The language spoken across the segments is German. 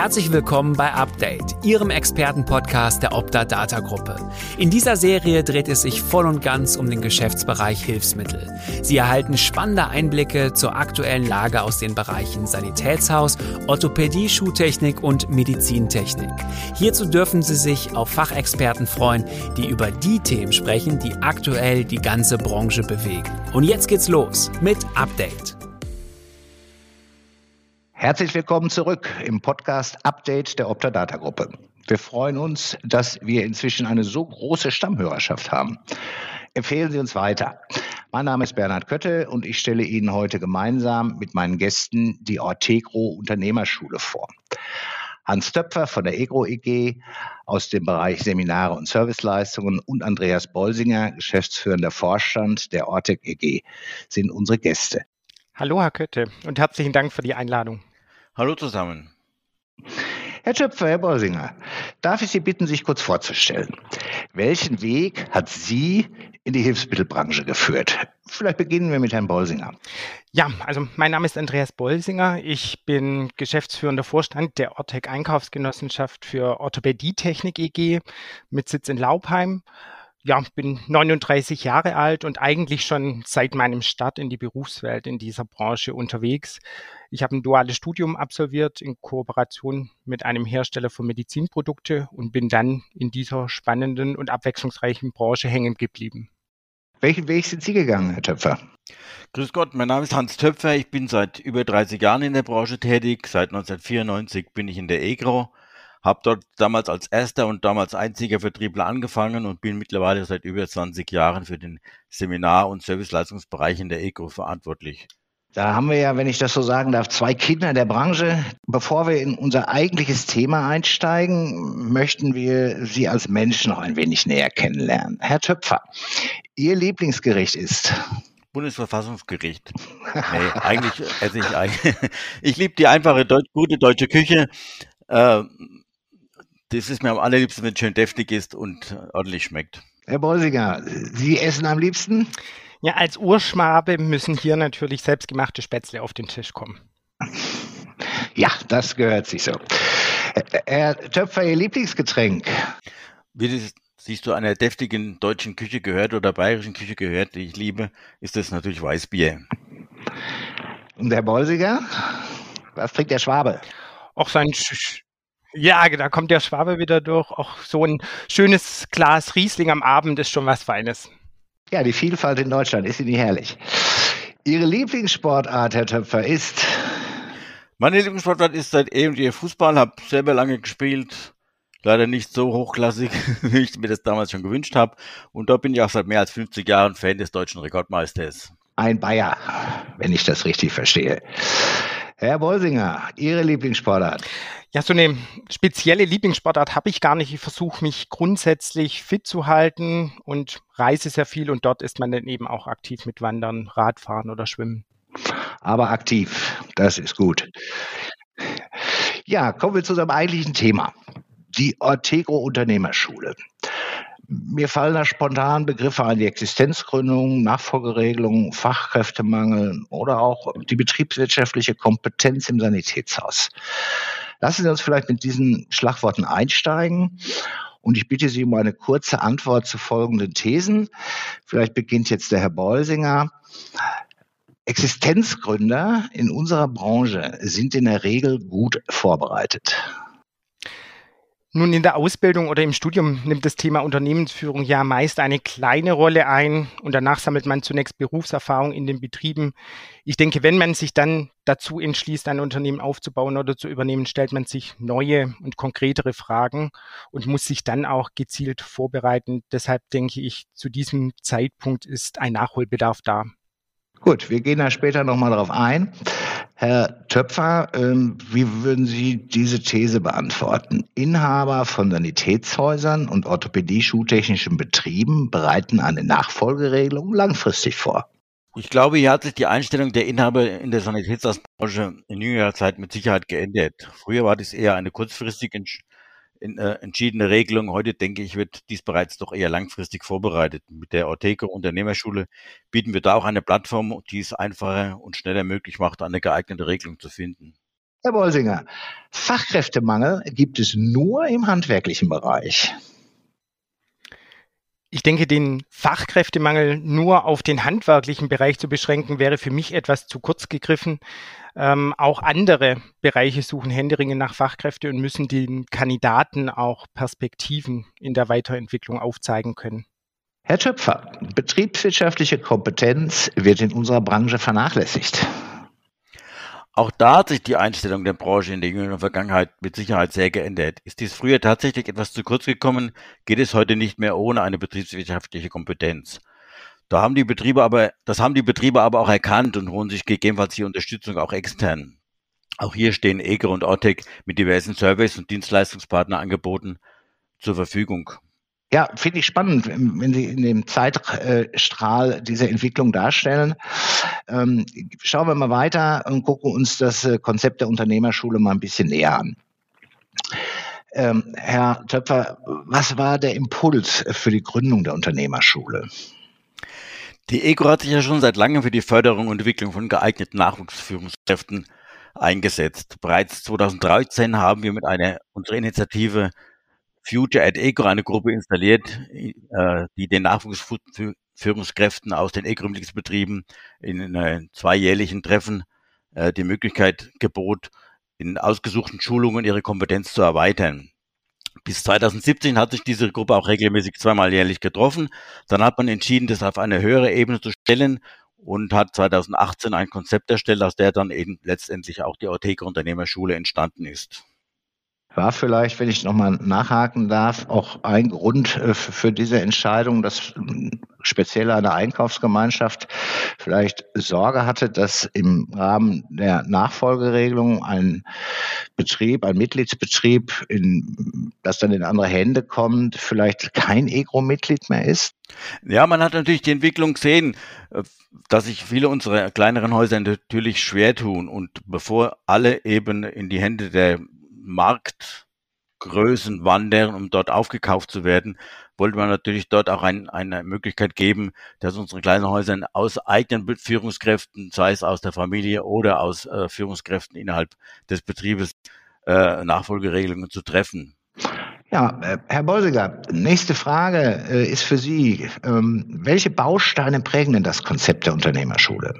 Herzlich willkommen bei Update, Ihrem Expertenpodcast der Opta Data Gruppe. In dieser Serie dreht es sich voll und ganz um den Geschäftsbereich Hilfsmittel. Sie erhalten spannende Einblicke zur aktuellen Lage aus den Bereichen Sanitätshaus, Orthopädie, Schuhtechnik und Medizintechnik. Hierzu dürfen Sie sich auf Fachexperten freuen, die über die Themen sprechen, die aktuell die ganze Branche bewegen. Und jetzt geht's los mit Update. Herzlich willkommen zurück im Podcast Update der Opta Data Gruppe. Wir freuen uns, dass wir inzwischen eine so große Stammhörerschaft haben. Empfehlen Sie uns weiter. Mein Name ist Bernhard Kötte und ich stelle Ihnen heute gemeinsam mit meinen Gästen die Ortegro Unternehmerschule vor. Hans Töpfer von der EGRO EG aus dem Bereich Seminare und Serviceleistungen und Andreas Bolsinger, geschäftsführender Vorstand der Orteg EG, sind unsere Gäste. Hallo Herr Kötte und herzlichen Dank für die Einladung. Hallo zusammen. Herr Töpfer, Herr Bolsinger, darf ich Sie bitten, sich kurz vorzustellen? Welchen Weg hat Sie in die Hilfsmittelbranche geführt? Vielleicht beginnen wir mit Herrn Bolsinger. Ja, also mein Name ist Andreas Bolsinger. Ich bin geschäftsführender Vorstand der Orteg Einkaufsgenossenschaft für Orthopädietechnik EG mit Sitz in Laupheim. Ja, bin 39 Jahre alt und eigentlich schon seit meinem Start in die Berufswelt in dieser Branche unterwegs. Ich habe ein duales Studium absolviert in Kooperation mit einem Hersteller für Medizinprodukte und bin dann in dieser spannenden und abwechslungsreichen Branche hängen geblieben. Welchen Weg sind Sie gegangen, Herr Töpfer? Grüß Gott, mein Name ist Hans Töpfer. Ich bin seit über 30 Jahren in der Branche tätig. Seit 1994 bin ich in der EGRO. Habe dort damals als erster und damals einziger Vertriebler angefangen und bin mittlerweile seit über 20 Jahren für den Seminar- und Serviceleistungsbereich in der EGRO verantwortlich. Da haben wir ja, wenn ich das so sagen darf, zwei Kinder der Branche. Bevor wir in unser eigentliches Thema einsteigen, möchten wir Sie als Mensch noch ein wenig näher kennenlernen. Herr Töpfer, Ihr Lieblingsgericht ist? Bundesverfassungsgericht. Nee, eigentlich esse ich liebe die einfache, gute deutsche Küche. Das ist mir am allerliebsten, wenn es schön deftig ist und ordentlich schmeckt. Herr Bolsinger, Sie essen am liebsten? Ja, als Urschwabe müssen hier natürlich selbstgemachte Spätzle auf den Tisch kommen. Ja, das gehört sich so. Herr Töpfer, Ihr Lieblingsgetränk? Wie das sich zu einer deftigen deutschen Küche gehört oder bayerischen Küche gehört, die ich liebe, ist das natürlich Weißbier. Und Herr Bolsinger, was trinkt der Schwabe? Auch ja, da kommt der Schwabe wieder durch. Auch so ein schönes Glas Riesling am Abend ist schon was Feines. Ja, die Vielfalt in Deutschland ist nicht herrlich. Ihre Lieblingssportart, Herr Töpfer, ist? Meine Lieblingssportart ist seit eh und je Fußball. Habe selber lange gespielt. Leider nicht so hochklassig, wie ich mir das damals schon gewünscht habe. Und da bin ich auch seit mehr als 50 Jahren Fan des deutschen Rekordmeisters. Ein Bayer, wenn ich das richtig verstehe. Herr Bolsinger, Ihre Lieblingssportart? Ja, so eine spezielle Lieblingssportart habe ich gar nicht. Ich versuche mich grundsätzlich fit zu halten und reise sehr viel und dort ist man dann eben auch aktiv mit Wandern, Radfahren oder Schwimmen. Aber aktiv, das ist gut. Ja, kommen wir zu unserem eigentlichen Thema. Die Ortegro Unternehmerschule. Mir fallen da spontan Begriffe an: die Existenzgründung, Nachfolgeregelung, Fachkräftemangel oder auch die betriebswirtschaftliche Kompetenz im Sanitätshaus. Lassen Sie uns vielleicht mit diesen Schlagworten einsteigen und ich bitte Sie um eine kurze Antwort zu folgenden Thesen. Vielleicht beginnt jetzt der Herr Bolsinger. Existenzgründer in unserer Branche sind in der Regel gut vorbereitet. Nun, in der Ausbildung oder im Studium nimmt das Thema Unternehmensführung ja meist eine kleine Rolle ein und danach sammelt man zunächst Berufserfahrung in den Betrieben. Ich denke, wenn man sich dann dazu entschließt, ein Unternehmen aufzubauen oder zu übernehmen, stellt man sich neue und konkretere Fragen und muss sich dann auch gezielt vorbereiten. Deshalb denke ich, zu diesem Zeitpunkt ist ein Nachholbedarf da. Gut, wir gehen da später nochmal drauf ein. Herr Töpfer, wie würden Sie diese These beantworten? Inhaber von Sanitätshäusern und orthopädie-schuhtechnischen Betrieben bereiten eine Nachfolgeregelung langfristig vor. Ich glaube, hier hat sich die Einstellung der Inhaber in der Sanitätsbranche in jüngerer Zeit mit Sicherheit geändert. Früher war das eher eine kurzfristig entschiedene Regelung. Heute, denke ich, wird dies bereits doch eher langfristig vorbereitet. Mit der Ortegro Unternehmerschule bieten wir da auch eine Plattform, die es einfacher und schneller möglich macht, eine geeignete Regelung zu finden. Herr Bolsinger, Fachkräftemangel gibt es nur im handwerklichen Bereich. Ich denke, den Fachkräftemangel nur auf den handwerklichen Bereich zu beschränken, wäre für mich etwas zu kurz gegriffen. Auch andere Bereiche suchen händeringend nach Fachkräften und müssen den Kandidaten auch Perspektiven in der Weiterentwicklung aufzeigen können. Herr Töpfer, betriebswirtschaftliche Kompetenz wird in unserer Branche vernachlässigt. Auch da hat sich die Einstellung der Branche in der jüngeren Vergangenheit mit Sicherheit sehr geändert. Ist dies früher tatsächlich etwas zu kurz gekommen, geht es heute nicht mehr ohne eine betriebswirtschaftliche Kompetenz. Das haben die Betriebe aber auch erkannt und holen sich gegebenenfalls die Unterstützung auch extern. Auch hier stehen EGRO und ORTEC mit diversen Service- und Dienstleistungspartnerangeboten zur Verfügung. Ja, finde ich spannend, wenn Sie in dem Zeitstrahl diese Entwicklung darstellen. Schauen wir mal weiter und gucken uns das Konzept der Unternehmerschule mal ein bisschen näher an. Herr Töpfer, was war der Impuls für die Gründung der Unternehmerschule? Die EGRO hat sich ja schon seit langem für die Förderung und Entwicklung von geeigneten Nachwuchsführungskräften eingesetzt. Bereits 2013 haben wir mit unserer Initiative Future at EGRO eine Gruppe installiert, die den Nachwuchsführungskräften aus den EGRO-Mitgliedsbetrieben in zweijährlichen Treffen die Möglichkeit gebot, in ausgesuchten Schulungen ihre Kompetenz zu erweitern. Bis 2017 hat sich diese Gruppe auch regelmäßig zweimal jährlich getroffen. Dann hat man entschieden, das auf eine höhere Ebene zu stellen und hat 2018 ein Konzept erstellt, aus der dann eben letztendlich auch die ORTEC Unternehmerschule entstanden ist. War vielleicht, wenn ich nochmal nachhaken darf, auch ein Grund für diese Entscheidung, dass speziell eine Einkaufsgemeinschaft vielleicht Sorge hatte, dass im Rahmen der Nachfolgeregelung ein Mitgliedsbetrieb, das dann in andere Hände kommt, vielleicht kein EGRO-Mitglied mehr ist? Ja, man hat natürlich die Entwicklung gesehen, dass sich viele unserer kleineren Häuser natürlich schwer tun und bevor alle eben in die Hände der Marktgrößen wandern, um dort aufgekauft zu werden, wollte man natürlich dort auch eine Möglichkeit geben, dass unsere kleinen Häuser aus eigenen Führungskräften, sei es aus der Familie oder aus Führungskräften innerhalb des Betriebes, Nachfolgeregelungen zu treffen. Ja, Herr Bolsinger, nächste Frage ist für Sie. Welche Bausteine prägen denn das Konzept der Unternehmerschule?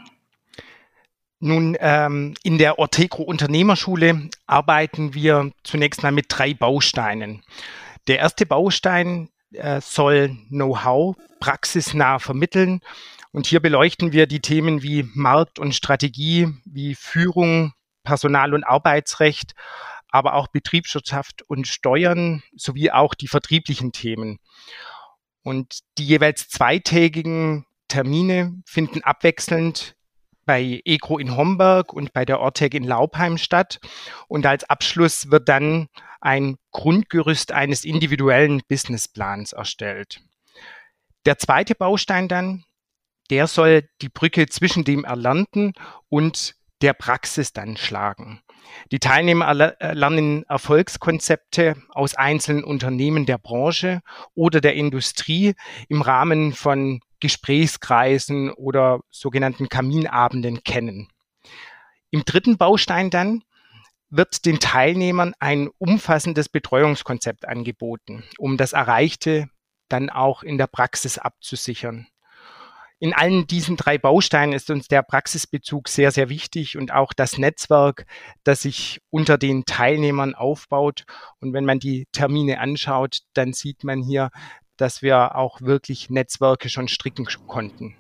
Nun, in der Ortegro Unternehmerschule arbeiten wir zunächst mal mit 3 Bausteinen. Der erste Baustein soll Know-how praxisnah vermitteln. Und hier beleuchten wir die Themen wie Markt und Strategie, wie Führung, Personal- und Arbeitsrecht, aber auch Betriebswirtschaft und Steuern sowie auch die vertrieblichen Themen. Und die jeweils zweitägigen Termine finden abwechselnd bei EGRO in Homberg und bei der ORTEC in Laupheim statt. Und als Abschluss wird dann ein Grundgerüst eines individuellen Businessplans erstellt. Der zweite Baustein dann, der soll die Brücke zwischen dem Erlernten und der Praxis dann schlagen. Die Teilnehmer lernen Erfolgskonzepte aus einzelnen Unternehmen der Branche oder der Industrie im Rahmen von Gesprächskreisen oder sogenannten Kaminabenden kennen. Im dritten Baustein dann wird den Teilnehmern ein umfassendes Betreuungskonzept angeboten, um das Erreichte dann auch in der Praxis abzusichern. In allen diesen 3 Bausteinen ist uns der Praxisbezug sehr, sehr wichtig und auch das Netzwerk, das sich unter den Teilnehmern aufbaut. Und wenn man die Termine anschaut, dann sieht man hier, dass wir auch wirklich Netzwerke schon stricken konnten.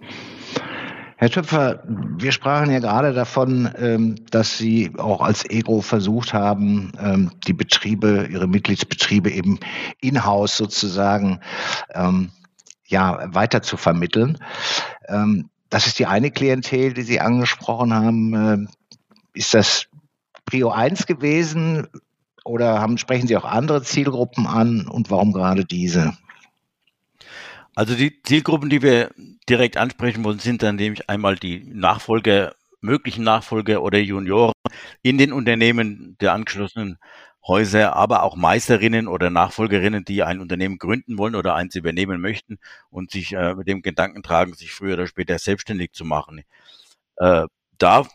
Herr Töpfer, wir sprachen ja gerade davon, dass Sie auch als EGRO versucht haben, die Betriebe, Ihre Mitgliedsbetriebe eben in-house sozusagen weiter zu vermitteln. Das ist die eine Klientel, die Sie angesprochen haben. Ist das Prio 1 gewesen oder sprechen Sie auch andere Zielgruppen an und warum gerade diese? Also die Zielgruppen, die wir direkt ansprechen wollen, sind dann nämlich einmal die möglichen Nachfolger oder Junioren in den Unternehmen der angeschlossenen Häuser, aber auch Meisterinnen oder Nachfolgerinnen, die ein Unternehmen gründen wollen oder eins übernehmen möchten und sich mit dem Gedanken tragen, sich früher oder später selbstständig zu machen. Da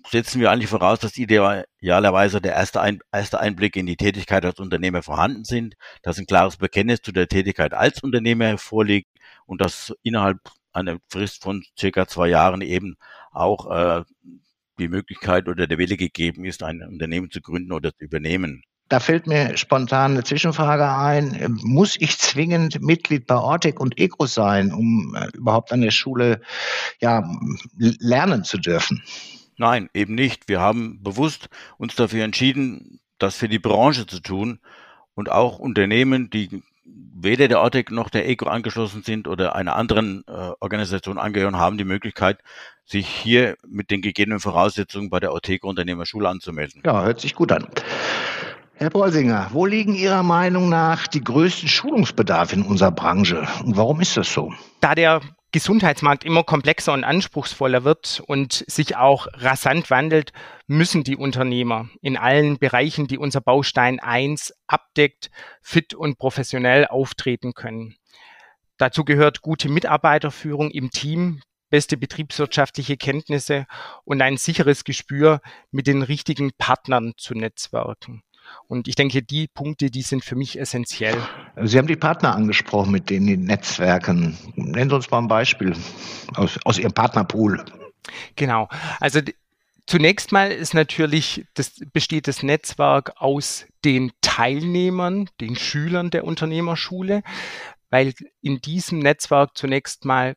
setzen wir eigentlich voraus, dass idealerweise der erste Einblick in die Tätigkeit als Unternehmer vorhanden sind, dass ein klares Bekenntnis zu der Tätigkeit als Unternehmer vorliegt und dass innerhalb einer Frist von circa 2 Jahren eben auch die Möglichkeit oder der Wille gegeben ist, ein Unternehmen zu gründen oder zu übernehmen. Da fällt mir spontan eine Zwischenfrage ein. Muss ich zwingend Mitglied bei Ortec und EGRO sein, um überhaupt an der Schule lernen zu dürfen? Nein, eben nicht. Wir haben bewusst uns dafür entschieden, das für die Branche zu tun und auch Unternehmen, die weder der Ortec noch der EGRO angeschlossen sind oder einer anderen Organisation angehören, haben die Möglichkeit, sich hier mit den gegebenen Voraussetzungen bei der Ortega Unternehmerschule anzumelden. Ja, hört sich gut an. Herr Bolsinger, wo liegen Ihrer Meinung nach die größten Schulungsbedarfe in unserer Branche und warum ist das so? Da der Gesundheitsmarkt immer komplexer und anspruchsvoller wird und sich auch rasant wandelt, müssen die Unternehmer in allen Bereichen, die unser Baustein 1 abdeckt, fit und professionell auftreten können. Dazu gehört gute Mitarbeiterführung im Team, beste betriebswirtschaftliche Kenntnisse und ein sicheres Gespür, mit den richtigen Partnern zu netzwerken. Und ich denke, die Punkte, die sind für mich essentiell. Sie haben die Partner angesprochen, mit denen die Netzwerken. Nennen Sie uns mal ein Beispiel aus Ihrem Partnerpool. Genau. Also zunächst mal besteht das Netzwerk aus den Teilnehmern, den Schülern der Unternehmerschule, weil in diesem Netzwerk zunächst mal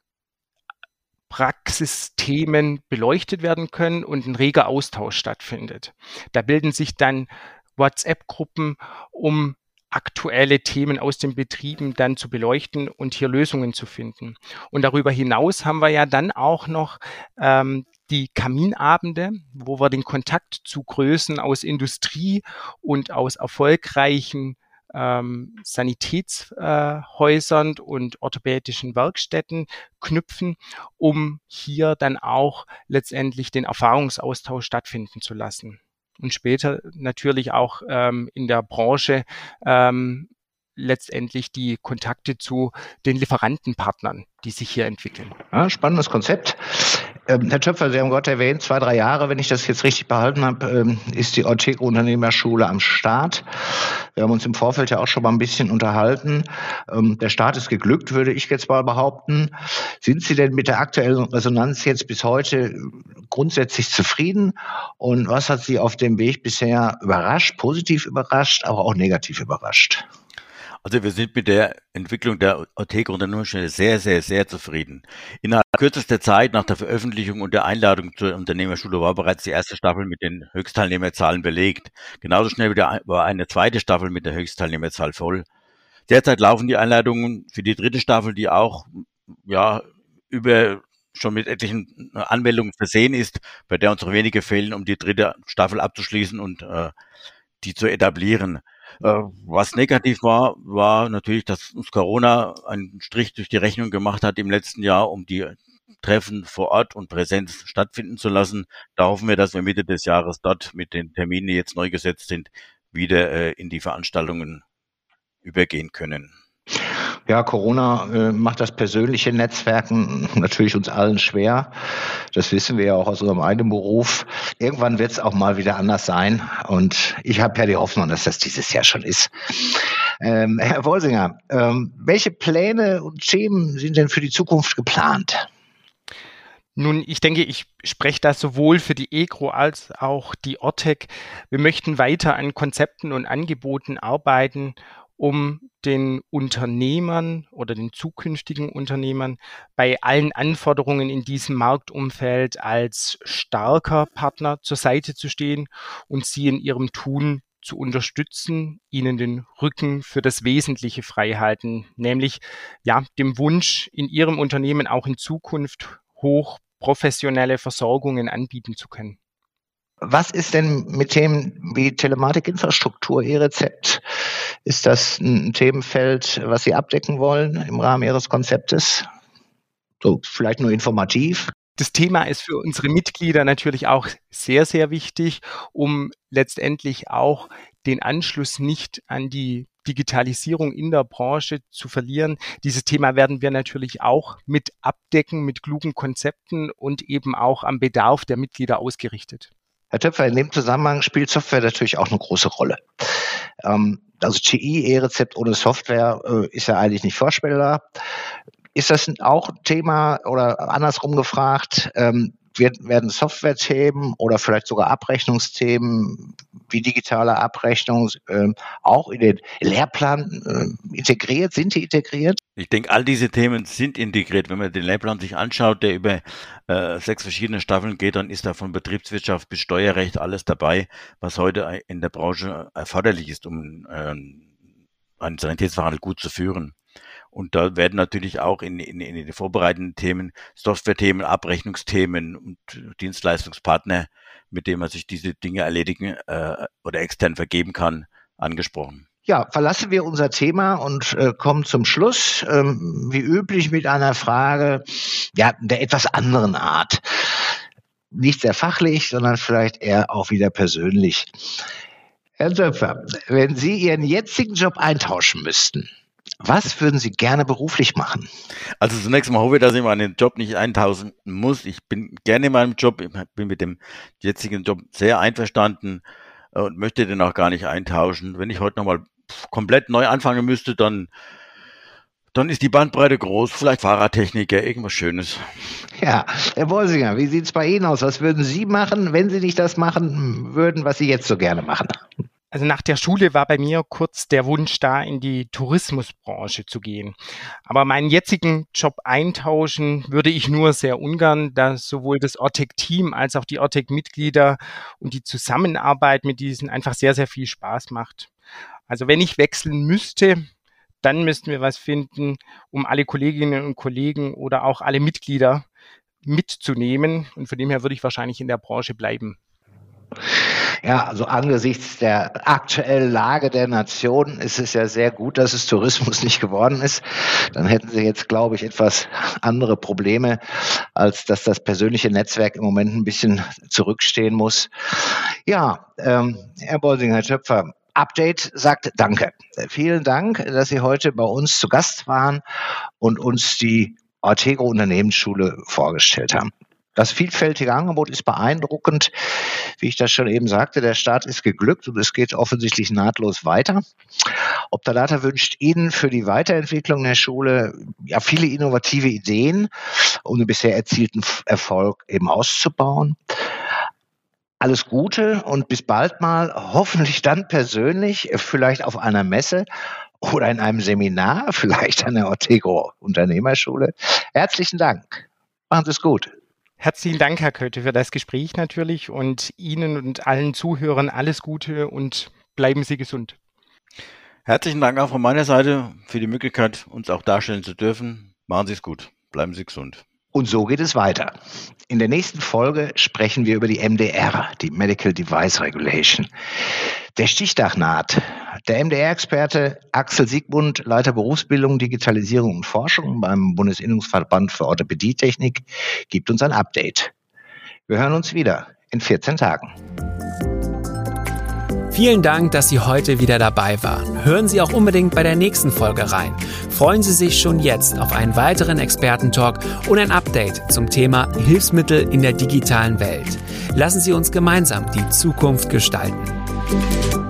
Praxisthemen beleuchtet werden können und ein reger Austausch stattfindet. Da bilden sich dann WhatsApp-Gruppen, um aktuelle Themen aus den Betrieben dann zu beleuchten und hier Lösungen zu finden. Und darüber hinaus haben wir ja dann auch noch die Kaminabende, wo wir den Kontakt zu Größen aus Industrie und aus erfolgreichen Sanitätshäusern und orthopädischen Werkstätten knüpfen, um hier dann auch letztendlich den Erfahrungsaustausch stattfinden zu lassen. Und später natürlich auch in der Branche letztendlich die Kontakte zu den Lieferantenpartnern, die sich hier entwickeln. Ja, spannendes Konzept. Herr Töpfer, Sie haben gerade erwähnt, 2-3 Jahre, wenn ich das jetzt richtig behalten habe, ist die Ortega Unternehmerschule am Start. Wir haben uns im Vorfeld ja auch schon mal ein bisschen unterhalten. Der Start ist geglückt, würde ich jetzt mal behaupten. Sind Sie denn mit der aktuellen Resonanz jetzt bis heute grundsätzlich zufrieden? Und was hat Sie auf dem Weg bisher überrascht, positiv überrascht, aber auch negativ überrascht? Also wir sind mit der Entwicklung der Ortega Unternehmerschule sehr, sehr, sehr zufrieden. Innerhalb kürzester Zeit nach der Veröffentlichung und der Einladung zur Unternehmerschule war bereits die erste Staffel mit den Höchstteilnehmerzahlen belegt. Genauso schnell war eine zweite Staffel mit der Höchstteilnehmerzahl voll. Derzeit laufen die Einladungen für die dritte Staffel, die auch schon mit etlichen Anmeldungen versehen ist, bei der uns noch wenige fehlen, um die dritte Staffel abzuschließen und die zu etablieren. Was negativ war natürlich, dass uns Corona einen Strich durch die Rechnung gemacht hat im letzten Jahr, um die Treffen vor Ort und Präsenz stattfinden zu lassen. Da hoffen wir, dass wir Mitte des Jahres dort mit den Terminen, die jetzt neu gesetzt sind, wieder in die Veranstaltungen übergehen können. Ja, Corona macht das persönliche Netzwerken natürlich uns allen schwer. Das wissen wir ja auch aus unserem eigenen Beruf. Irgendwann wird es auch mal wieder anders sein. Und ich habe ja die Hoffnung, dass das dieses Jahr schon ist. Herr Bolsinger, welche Pläne und Themen sind denn für die Zukunft geplant? Nun, ich denke, ich spreche da sowohl für die EGRO als auch die Ortec. Wir möchten weiter an Konzepten und Angeboten arbeiten, um den Unternehmern oder den zukünftigen Unternehmern bei allen Anforderungen in diesem Marktumfeld als starker Partner zur Seite zu stehen und sie in ihrem Tun zu unterstützen, ihnen den Rücken für das Wesentliche frei halten, nämlich dem Wunsch, in ihrem Unternehmen auch in Zukunft hochprofessionelle Versorgungen anbieten zu können. Was ist denn mit Themen wie Telematikinfrastruktur, E-Rezept? Ist das ein Themenfeld, was Sie abdecken wollen im Rahmen Ihres Konzeptes? So, vielleicht nur informativ. Das Thema ist für unsere Mitglieder natürlich auch sehr, sehr wichtig, um letztendlich auch den Anschluss nicht an die Digitalisierung in der Branche zu verlieren. Dieses Thema werden wir natürlich auch mit abdecken, mit klugen Konzepten und eben auch am Bedarf der Mitglieder ausgerichtet. Herr Töpfer, in dem Zusammenhang spielt Software natürlich auch eine große Rolle. Also TI, E-Rezept ohne Software ist ja eigentlich nicht vorstellbar. Ist das auch ein Thema oder andersrum gefragt, werden Software-Themen oder vielleicht sogar Abrechnungsthemen wie digitale Abrechnung auch in den Lehrplan integriert? Sind die integriert? Ich denke, all diese Themen sind integriert. Wenn man den Lehrplan sich anschaut, der über 6 verschiedene Staffeln geht, dann ist da von Betriebswirtschaft bis Steuerrecht alles dabei, was heute in der Branche erforderlich ist, um einen Sanitätsfachhandel gut zu führen. Und da werden natürlich auch in den vorbereitenden Themen Software-Themen, Abrechnungsthemen und Dienstleistungspartner, mit denen man sich diese Dinge erledigen oder extern vergeben kann, angesprochen. Ja, verlassen wir unser Thema und kommen zum Schluss, wie üblich mit einer Frage der etwas anderen Art. Nicht sehr fachlich, sondern vielleicht eher auch wieder persönlich. Herr Töpfer, wenn Sie Ihren jetzigen Job eintauschen müssten, was würden Sie gerne beruflich machen? Also zunächst mal hoffe ich, dass ich meinen Job nicht eintauschen muss. Ich bin gerne in meinem Job, ich bin mit dem jetzigen Job sehr einverstanden und möchte den auch gar nicht eintauschen. Wenn ich heute nochmal komplett neu anfangen müsste, dann ist die Bandbreite groß. Vielleicht Fahrradtechniker, irgendwas Schönes. Ja, Herr Bolsinger, wie sieht es bei Ihnen aus? Was würden Sie machen, wenn Sie nicht das machen würden, was Sie jetzt so gerne machen? Also nach der Schule war bei mir kurz der Wunsch da, in die Tourismusbranche zu gehen. Aber meinen jetzigen Job eintauschen würde ich nur sehr ungern, da sowohl das Ortec-Team als auch die Ortec-Mitglieder und die Zusammenarbeit mit diesen einfach sehr, sehr viel Spaß macht. Also wenn ich wechseln müsste, dann müssten wir was finden, um alle Kolleginnen und Kollegen oder auch alle Mitglieder mitzunehmen. Und von dem her würde ich wahrscheinlich in der Branche bleiben. Ja, also angesichts der aktuellen Lage der Nation ist es ja sehr gut, dass es Tourismus nicht geworden ist. Dann hätten Sie jetzt, glaube ich, etwas andere Probleme, als dass das persönliche Netzwerk im Moment ein bisschen zurückstehen muss. Ja, Herr Bolsinger, Herr Töpfer, Update sagt Danke. Vielen Dank, dass Sie heute bei uns zu Gast waren und uns die Ortego Unternehmensschule vorgestellt haben. Das vielfältige Angebot ist beeindruckend. Wie ich das schon eben sagte, der Start ist geglückt und es geht offensichtlich nahtlos weiter. Optadata wünscht Ihnen für die Weiterentwicklung der Schule viele innovative Ideen, um den bisher erzielten Erfolg eben auszubauen. Alles Gute und bis bald mal, hoffentlich dann persönlich, vielleicht auf einer Messe oder in einem Seminar, vielleicht an der Ortego Unternehmerschule. Herzlichen Dank. Machen Sie es gut. Herzlichen Dank, Herr Kötte, für das Gespräch natürlich und Ihnen und allen Zuhörern alles Gute und bleiben Sie gesund. Herzlichen Dank auch von meiner Seite für die Möglichkeit, uns auch darstellen zu dürfen. Machen Sie es gut. Bleiben Sie gesund. Und so geht es weiter. In der nächsten Folge sprechen wir über die MDR, die Medical Device Regulation. Der Stichtag naht. Der MDR-Experte Axel Siegmund, Leiter Berufsbildung, Digitalisierung und Forschung beim Bundesinnungsverband für Orthopädietechnik, gibt uns ein Update. Wir hören uns wieder in 14 Tagen. Vielen Dank, dass Sie heute wieder dabei waren. Hören Sie auch unbedingt bei der nächsten Folge rein. Freuen Sie sich schon jetzt auf einen weiteren Expertentalk und ein Update zum Thema Hilfsmittel in der digitalen Welt. Lassen Sie uns gemeinsam die Zukunft gestalten.